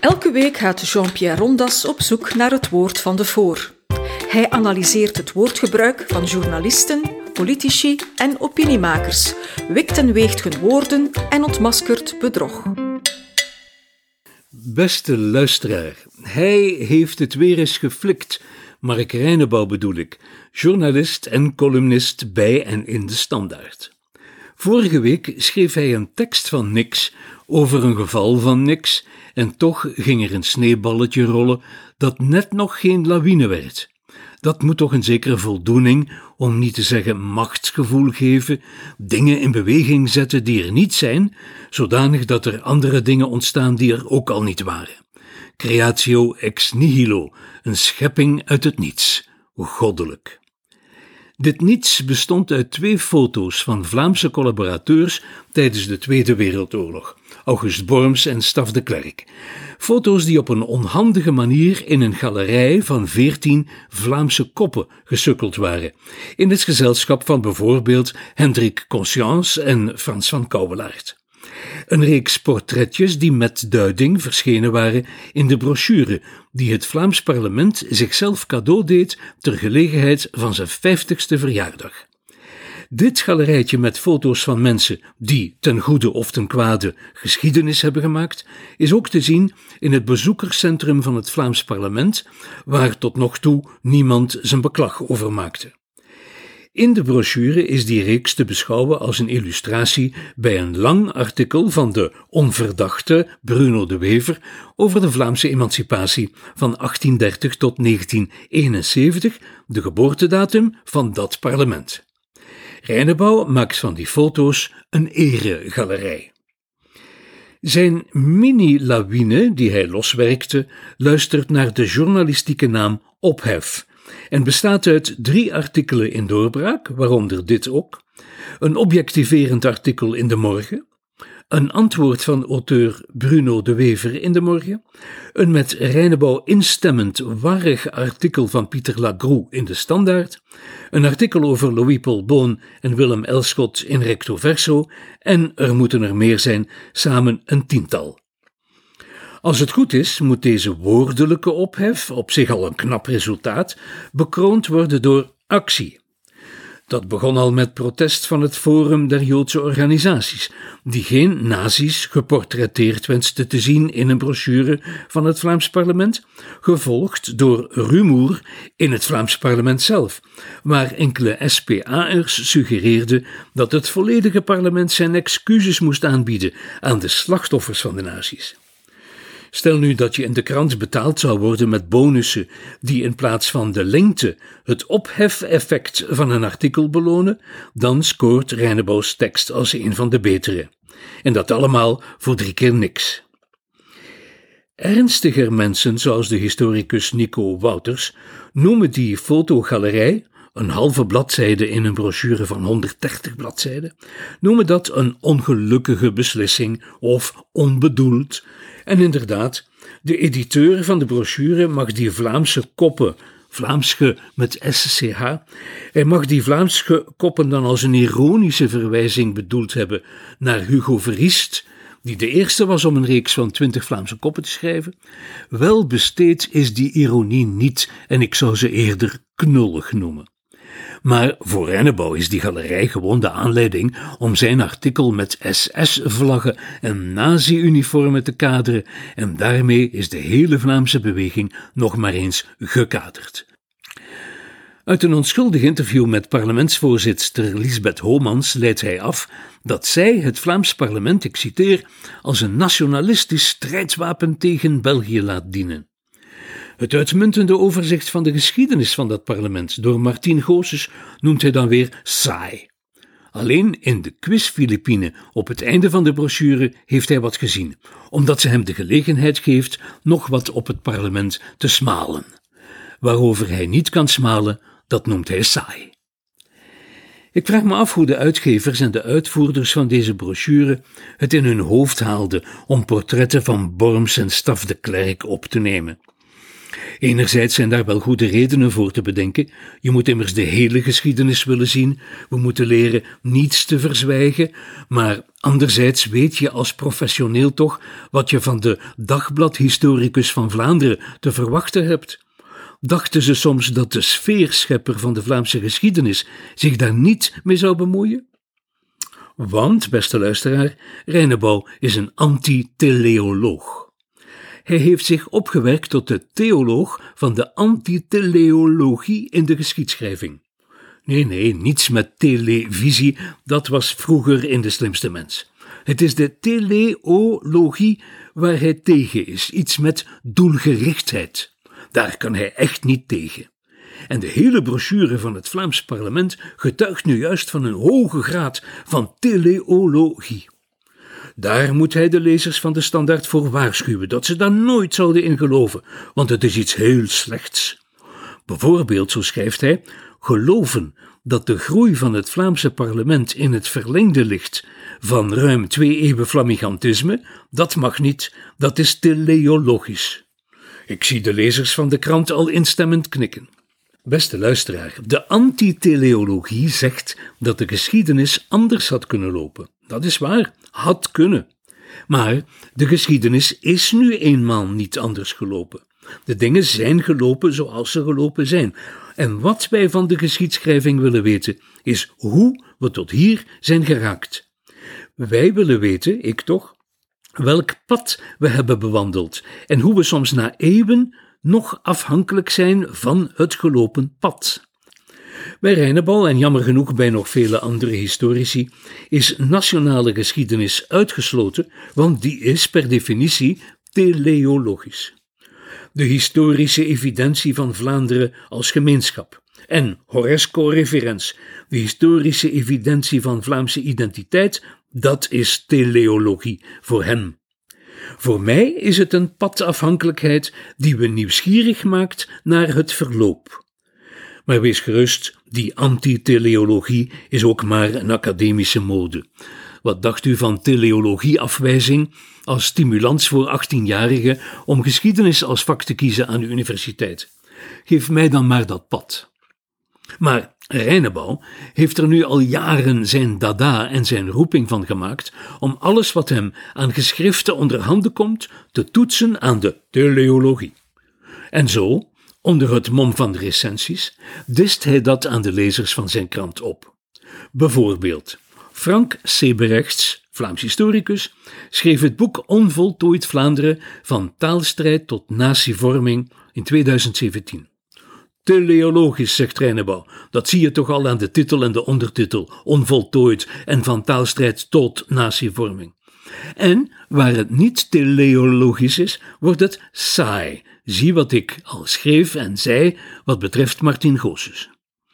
Elke week gaat Jean-Pierre Rondas op zoek naar het woord van de voor. Hij analyseert het woordgebruik van journalisten, politici en opiniemakers, wikt en weegt hun woorden en ontmaskert bedrog. Beste luisteraar, hij heeft het weer eens geflikt. Mark Reinebouw bedoel ik, journalist en columnist bij en in de Standaard. Vorige week schreef hij een tekst van niks over een geval van niks en toch ging er een sneeuwballetje rollen dat net nog geen lawine werd. Dat moet toch een zekere voldoening, om niet te zeggen machtsgevoel geven, dingen in beweging zetten die er niet zijn, zodanig dat er andere dingen ontstaan die er ook al niet waren. Creatio ex nihilo, een schepping uit het niets, goddelijk. Dit niets bestond uit 2 foto's van Vlaamse collaborateurs tijdens de Tweede Wereldoorlog, August Borms en Staff de Klerk. Foto's die op een onhandige manier in een galerij van 14 Vlaamse koppen gesukkeld waren, in het gezelschap van bijvoorbeeld Hendrik Conscience en Frans van Kouwelaert. Een reeks portretjes die met duiding verschenen waren in de brochure die het Vlaams parlement zichzelf cadeau deed ter gelegenheid van zijn 50ste verjaardag. Dit galerijtje met foto's van mensen die, ten goede of ten kwade, geschiedenis hebben gemaakt, is ook te zien in het bezoekerscentrum van het Vlaams parlement, waar tot nog toe niemand zijn beklag over maakte. In de brochure is die reeks te beschouwen als een illustratie bij een lang artikel van de onverdachte Bruno de Wever over de Vlaamse emancipatie van 1830 tot 1971, de geboortedatum van dat parlement. Reinebouw maakt van die foto's een eregalerij. Zijn mini-lawine, die hij loswerkte, luistert naar de journalistieke naam Ophef en bestaat uit 3 artikelen in Doorbraak, waaronder dit ook, een objectiverend artikel in De Morgen, een antwoord van auteur Bruno de Wever in De Morgen, een met Reinebouw instemmend warrig artikel van Pieter Lagroux in de Standaard, een artikel over Louis-Paul Boon en Willem Elschot in Recto Verso en er moeten er meer zijn, samen een 10-tal. Als het goed is, moet deze woordelijke ophef, op zich al een knap resultaat, bekroond worden door actie. Dat begon al met protest van het Forum der Joodse Organisaties, die geen nazi's geportretteerd wenste te zien in een brochure van het Vlaams parlement, gevolgd door rumoer in het Vlaams parlement zelf, waar enkele SPA'ers suggereerden dat het volledige parlement zijn excuses moest aanbieden aan de slachtoffers van de nazi's. Stel nu dat je in de krant betaald zou worden met bonussen die in plaats van de lengte het opheffeffect van een artikel belonen, dan scoort Reinebouws tekst als een van de betere. En dat allemaal voor 3 keer niks. Ernstiger mensen, zoals de historicus Nico Wouters, noemen die fotogalerij, een halve bladzijde in een brochure van 130 bladzijden, noemen dat een ongelukkige beslissing of onbedoeld. En inderdaad, de editeur van de brochure mag die Vlaamse koppen, Vlaamsche met SCH, hij mag die Vlaamse koppen dan als een ironische verwijzing bedoeld hebben naar Hugo Verriest, die de eerste was om een reeks van 20 Vlaamse koppen te schrijven. Wel besteed is die ironie niet en ik zou ze eerder knullig noemen. Maar voor Reinebouw is die galerij gewoon de aanleiding om zijn artikel met SS-vlaggen en nazi-uniformen te kaderen en daarmee is de hele Vlaamse beweging nog maar eens gekaderd. Uit een onschuldig interview met parlementsvoorzitter Lisbeth Homans leidt hij af dat zij het Vlaams parlement, ik citeer, als een nationalistisch strijdswapen tegen België laat dienen. Het uitmuntende overzicht van de geschiedenis van dat parlement door Martien Goossens noemt hij dan weer saai. Alleen in de quiz Philippine op het einde van de brochure heeft hij wat gezien, omdat ze hem de gelegenheid geeft nog wat op het parlement te smalen. Waarover hij niet kan smalen, dat noemt hij saai. Ik vraag me af hoe de uitgevers en de uitvoerders van deze brochure het in hun hoofd haalden om portretten van Borms en Staff de Klerk op te nemen. Enerzijds zijn daar wel goede redenen voor te bedenken. Je moet immers de hele geschiedenis willen zien. We moeten leren niets te verzwijgen. Maar anderzijds weet je als professioneel toch wat je van de dagbladhistoricus van Vlaanderen te verwachten hebt. Dachten ze soms dat de sfeerschepper van de Vlaamse geschiedenis zich daar niet mee zou bemoeien? Want, beste luisteraar, Reineboud is een anti-teleoloog. Hij heeft zich opgewerkt tot de theoloog van de antiteleologie in de geschiedschrijving. Nee, niets met televisie, dat was vroeger in De Slimste Mens. Het is de teleologie waar hij tegen is, iets met doelgerichtheid. Daar kan hij echt niet tegen. En de hele brochure van het Vlaams parlement getuigt nu juist van een hoge graad van teleologie. Daar moet hij de lezers van de Standaard voor waarschuwen dat ze daar nooit zouden in geloven, want het is iets heel slechts. Bijvoorbeeld, zo schrijft hij, geloven dat de groei van het Vlaamse parlement in het verlengde ligt van ruim 2 eeuwen flamigantisme, dat mag niet, dat is teleologisch. Ik zie de lezers van de krant al instemmend knikken. Beste luisteraar, de antiteleologie zegt dat de geschiedenis anders had kunnen lopen. Dat is waar, had kunnen. Maar de geschiedenis is nu eenmaal niet anders gelopen. De dingen zijn gelopen zoals ze gelopen zijn. En wat wij van de geschiedschrijving willen weten, is hoe we tot hier zijn geraakt. Wij willen weten, ik toch, welk pad we hebben bewandeld en hoe we soms na eeuwen nog afhankelijk zijn van het gelopen pad. Bij Reineboud en jammer genoeg bij nog vele andere historici is nationale geschiedenis uitgesloten, want die is per definitie teleologisch. De historische evidentie van Vlaanderen als gemeenschap en horresco referens, de historische evidentie van Vlaamse identiteit, dat is teleologie voor hem. Voor mij is het een padafhankelijkheid die we nieuwsgierig maakt naar het verloop. Maar wees gerust, die antiteleologie is ook maar een academische mode. Wat dacht u van teleologieafwijzing als stimulans voor 18-jarigen om geschiedenis als vak te kiezen aan de universiteit? Geef mij dan maar dat pad. Maar Reineboud heeft er nu al jaren zijn dada en zijn roeping van gemaakt om alles wat hem aan geschriften onder handen komt te toetsen aan de teleologie. En zo, onder het mom van de recensies, dist hij dat aan de lezers van zijn krant op. Bijvoorbeeld, Frank Seberechts, Vlaams historicus, schreef het boek Onvoltooid Vlaanderen van taalstrijd tot natievorming in 2017. Teleologisch, zegt Reineboud, dat zie je toch al aan de titel en de ondertitel, onvoltooid en van taalstrijd tot natievorming. En waar het niet teleologisch is, wordt het saai. Zie wat ik al schreef en zei wat betreft Martin Goossens.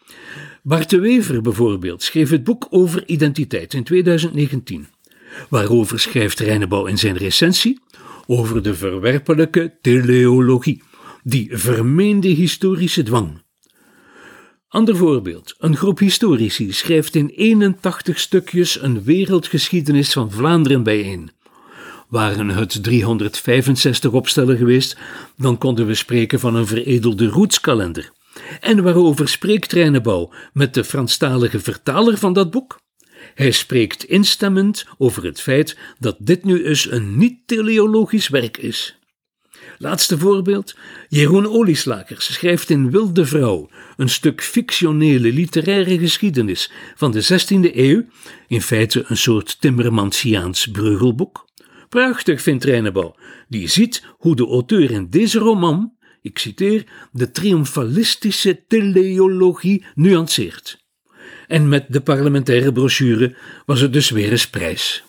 Bart de Wever bijvoorbeeld schreef het boek over identiteit in 2019. Waarover schrijft Reineboud in zijn recensie? Over de verwerpelijke teleologie, die vermeende historische dwang. Ander voorbeeld, een groep historici schrijft in 81 stukjes een wereldgeschiedenis van Vlaanderen bijeen. Waren het 365 opstellen geweest, dan konden we spreken van een veredelde roetskalender. En waarover spreekt Reineboud met de Franstalige vertaler van dat boek? Hij spreekt instemmend over het feit dat dit nu eens een niet-teleologisch werk is. Laatste voorbeeld, Jeroen Olieslagers schrijft in Wilde Vrouw een stuk fictionele literaire geschiedenis van de 16e eeuw, in feite een soort Timmermansiaans Breugelboek. Prachtig, vindt Reineboud, die ziet hoe de auteur in deze roman, ik citeer, de triomfalistische teleologie nuanceert. En met de parlementaire brochure was het dus weer eens prijs.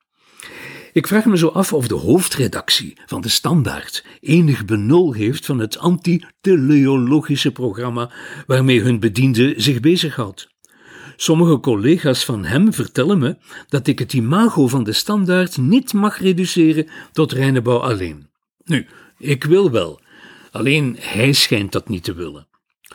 Ik vraag me zo af of de hoofdredactie van de Standaard enig benul heeft van het anti-teleologische programma waarmee hun bediende zich bezighoudt. Sommige collega's van hem vertellen me dat ik het imago van de Standaard niet mag reduceren tot Reineboud alleen. Nu, ik wil wel, alleen hij schijnt dat niet te willen.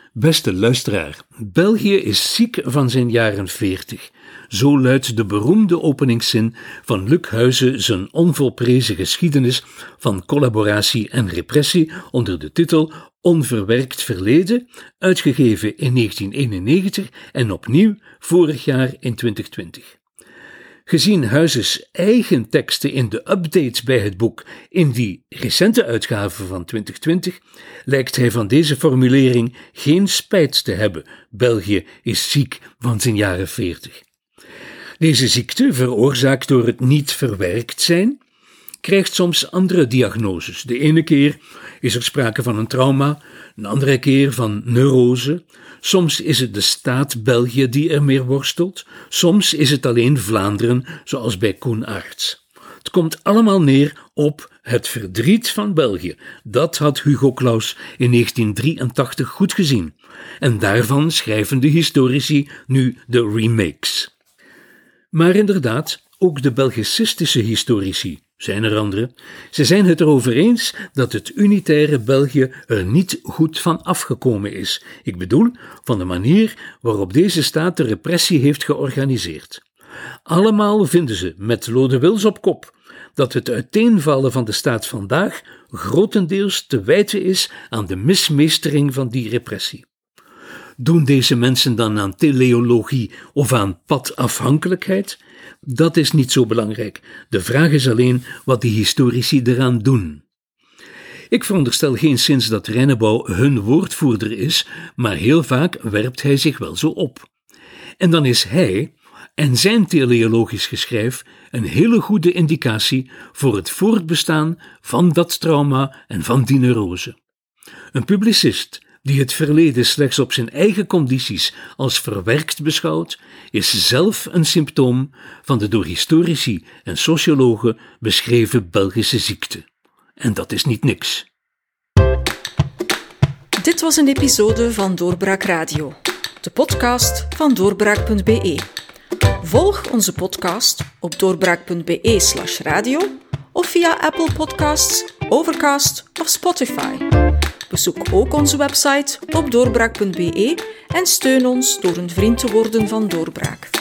Beste luisteraar, België is ziek van zijn jaren 40. Zo luidt de beroemde openingszin van Luc Huyze zijn onvolprezen geschiedenis van collaboratie en repressie onder de titel Onverwerkt Verleden, uitgegeven in 1991 en opnieuw vorig jaar in 2020. Gezien Huyzes eigen teksten in de update bij het boek in die recente uitgave van 2020, lijkt hij van deze formulering geen spijt te hebben. België is ziek van zijn jaren 40. Deze ziekte, veroorzaakt door het niet verwerkt zijn, krijgt soms andere diagnoses. De ene keer is er sprake van een trauma, een andere keer van neurose. Soms is het de staat België die ermee worstelt, soms is het alleen Vlaanderen, zoals bij Koen Aerts. Het komt allemaal neer op het verdriet van België. Dat had Hugo Claus in 1983 goed gezien. En daarvan schrijven de historici nu de remakes. Maar inderdaad, ook de Belgicistische historici, zijn er andere, ze zijn het erover eens dat het unitaire België er niet goed van afgekomen is. Ik bedoel, van de manier waarop deze staat de repressie heeft georganiseerd. Allemaal vinden ze, met Lode Wils op kop, dat het uiteenvallen van de staat vandaag grotendeels te wijten is aan de mismeestering van die repressie. Doen deze mensen dan aan teleologie of aan padafhankelijkheid? Dat is niet zo belangrijk. De vraag is alleen wat die historici eraan doen. Ik veronderstel geenszins dat Reinebouw hun woordvoerder is, maar heel vaak werpt hij zich wel zo op. En dan is hij en zijn teleologisch geschrijf een hele goede indicatie voor het voortbestaan van dat trauma en van die neurose. Een publicist die het verleden slechts op zijn eigen condities als verwerkt beschouwt, is zelf een symptoom van de door historici en sociologen beschreven Belgische ziekte. En dat is niet niks. Dit was een episode van Doorbraak Radio, de podcast van doorbraak.be. Volg onze podcast op doorbraak.be/radio of via Apple Podcasts, Overcast of Spotify. Bezoek ook onze website op doorbraak.be en steun ons door een vriend te worden van Doorbraak.